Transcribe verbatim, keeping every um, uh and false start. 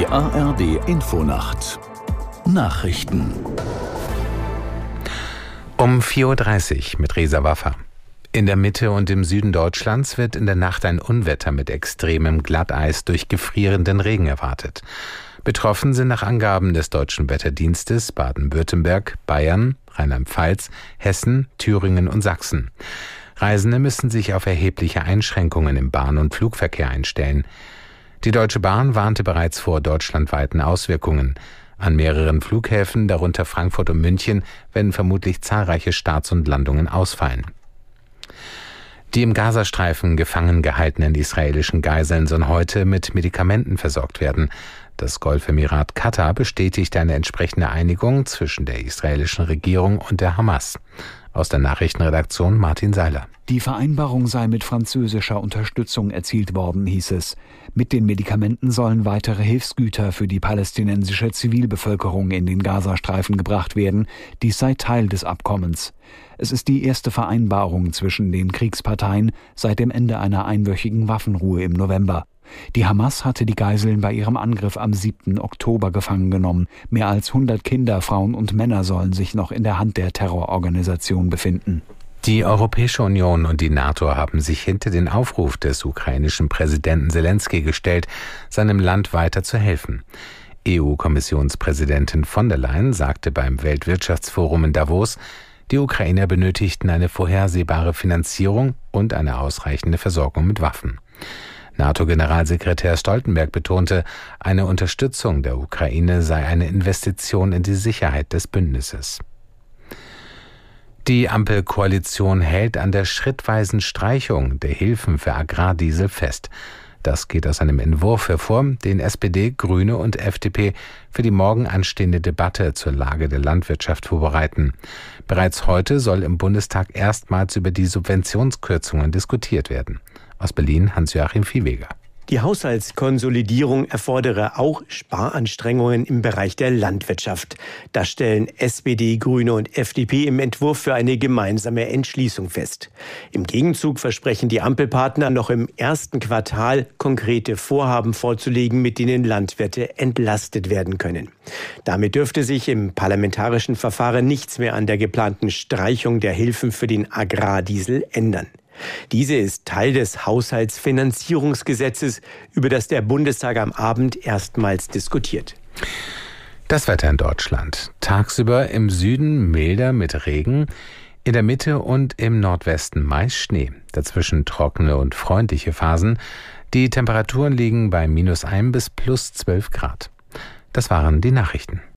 Die A R D Infonacht Nachrichten um vier Uhr dreißig mit Reza Waffa. In der Mitte und im Süden Deutschlands wird in der Nacht ein Unwetter mit extremem Glatteis durch gefrierenden Regen erwartet. Betroffen sind nach Angaben des Deutschen Wetterdienstes Baden-Württemberg, Bayern, Rheinland-Pfalz, Hessen, Thüringen und Sachsen. Reisende müssen sich auf erhebliche Einschränkungen im Bahn- und Flugverkehr einstellen. Die Deutsche Bahn warnte bereits vor deutschlandweiten Auswirkungen. An mehreren Flughäfen, darunter Frankfurt und München, werden vermutlich zahlreiche Starts und Landungen ausfallen. Die im Gazastreifen gefangen gehaltenen israelischen Geiseln sollen heute mit Medikamenten versorgt werden. Das Golfemirat Katar bestätigt eine entsprechende Einigung zwischen der israelischen Regierung und der Hamas. Aus der Nachrichtenredaktion Martin Seiler. Die Vereinbarung sei mit französischer Unterstützung erzielt worden, hieß es. Mit den Medikamenten sollen weitere Hilfsgüter für die palästinensische Zivilbevölkerung in den Gazastreifen gebracht werden. Dies sei Teil des Abkommens. Es ist die erste Vereinbarung zwischen den Kriegsparteien seit dem Ende einer einwöchigen Waffenruhe im November. Die Hamas hatte die Geiseln bei ihrem Angriff am siebten Oktober gefangen genommen. Mehr als hundert Kinder, Frauen und Männer sollen sich noch in der Hand der Terrororganisation befinden. Die Europäische Union und die NATO haben sich hinter den Aufruf des ukrainischen Präsidenten Selenskyj gestellt, seinem Land weiter zu helfen. E U-Kommissionspräsidentin von der Leyen sagte beim Weltwirtschaftsforum in Davos, die Ukrainer benötigten eine vorhersehbare Finanzierung und eine ausreichende Versorgung mit Waffen. NATO-Generalsekretär Stoltenberg betonte, eine Unterstützung der Ukraine sei eine Investition in die Sicherheit des Bündnisses. Die Ampelkoalition hält an der schrittweisen Streichung der Hilfen für Agrardiesel fest. Das geht aus einem Entwurf hervor, den S P D, Grüne und F D P für die morgen anstehende Debatte zur Lage der Landwirtschaft vorbereiten. Bereits heute soll im Bundestag erstmals über die Subventionskürzungen diskutiert werden. Aus Berlin Hans-Joachim Viehweger. Die Haushaltskonsolidierung erfordere auch Sparanstrengungen im Bereich der Landwirtschaft. Das stellen S P D, Grüne und F D P im Entwurf für eine gemeinsame Entschließung fest. Im Gegenzug versprechen die Ampelpartner noch im ersten Quartal konkrete Vorhaben vorzulegen, mit denen Landwirte entlastet werden können. Damit dürfte sich im parlamentarischen Verfahren nichts mehr an der geplanten Streichung der Hilfen für den Agrardiesel ändern. Diese ist Teil des Haushaltsfinanzierungsgesetzes, über das der Bundestag am Abend erstmals diskutiert. Das Wetter in Deutschland. Tagsüber im Süden milder mit Regen, in der Mitte und im Nordwesten meist Schnee. Dazwischen trockene und freundliche Phasen. Die Temperaturen liegen bei minus ein bis plus zwölf Grad. Das waren die Nachrichten.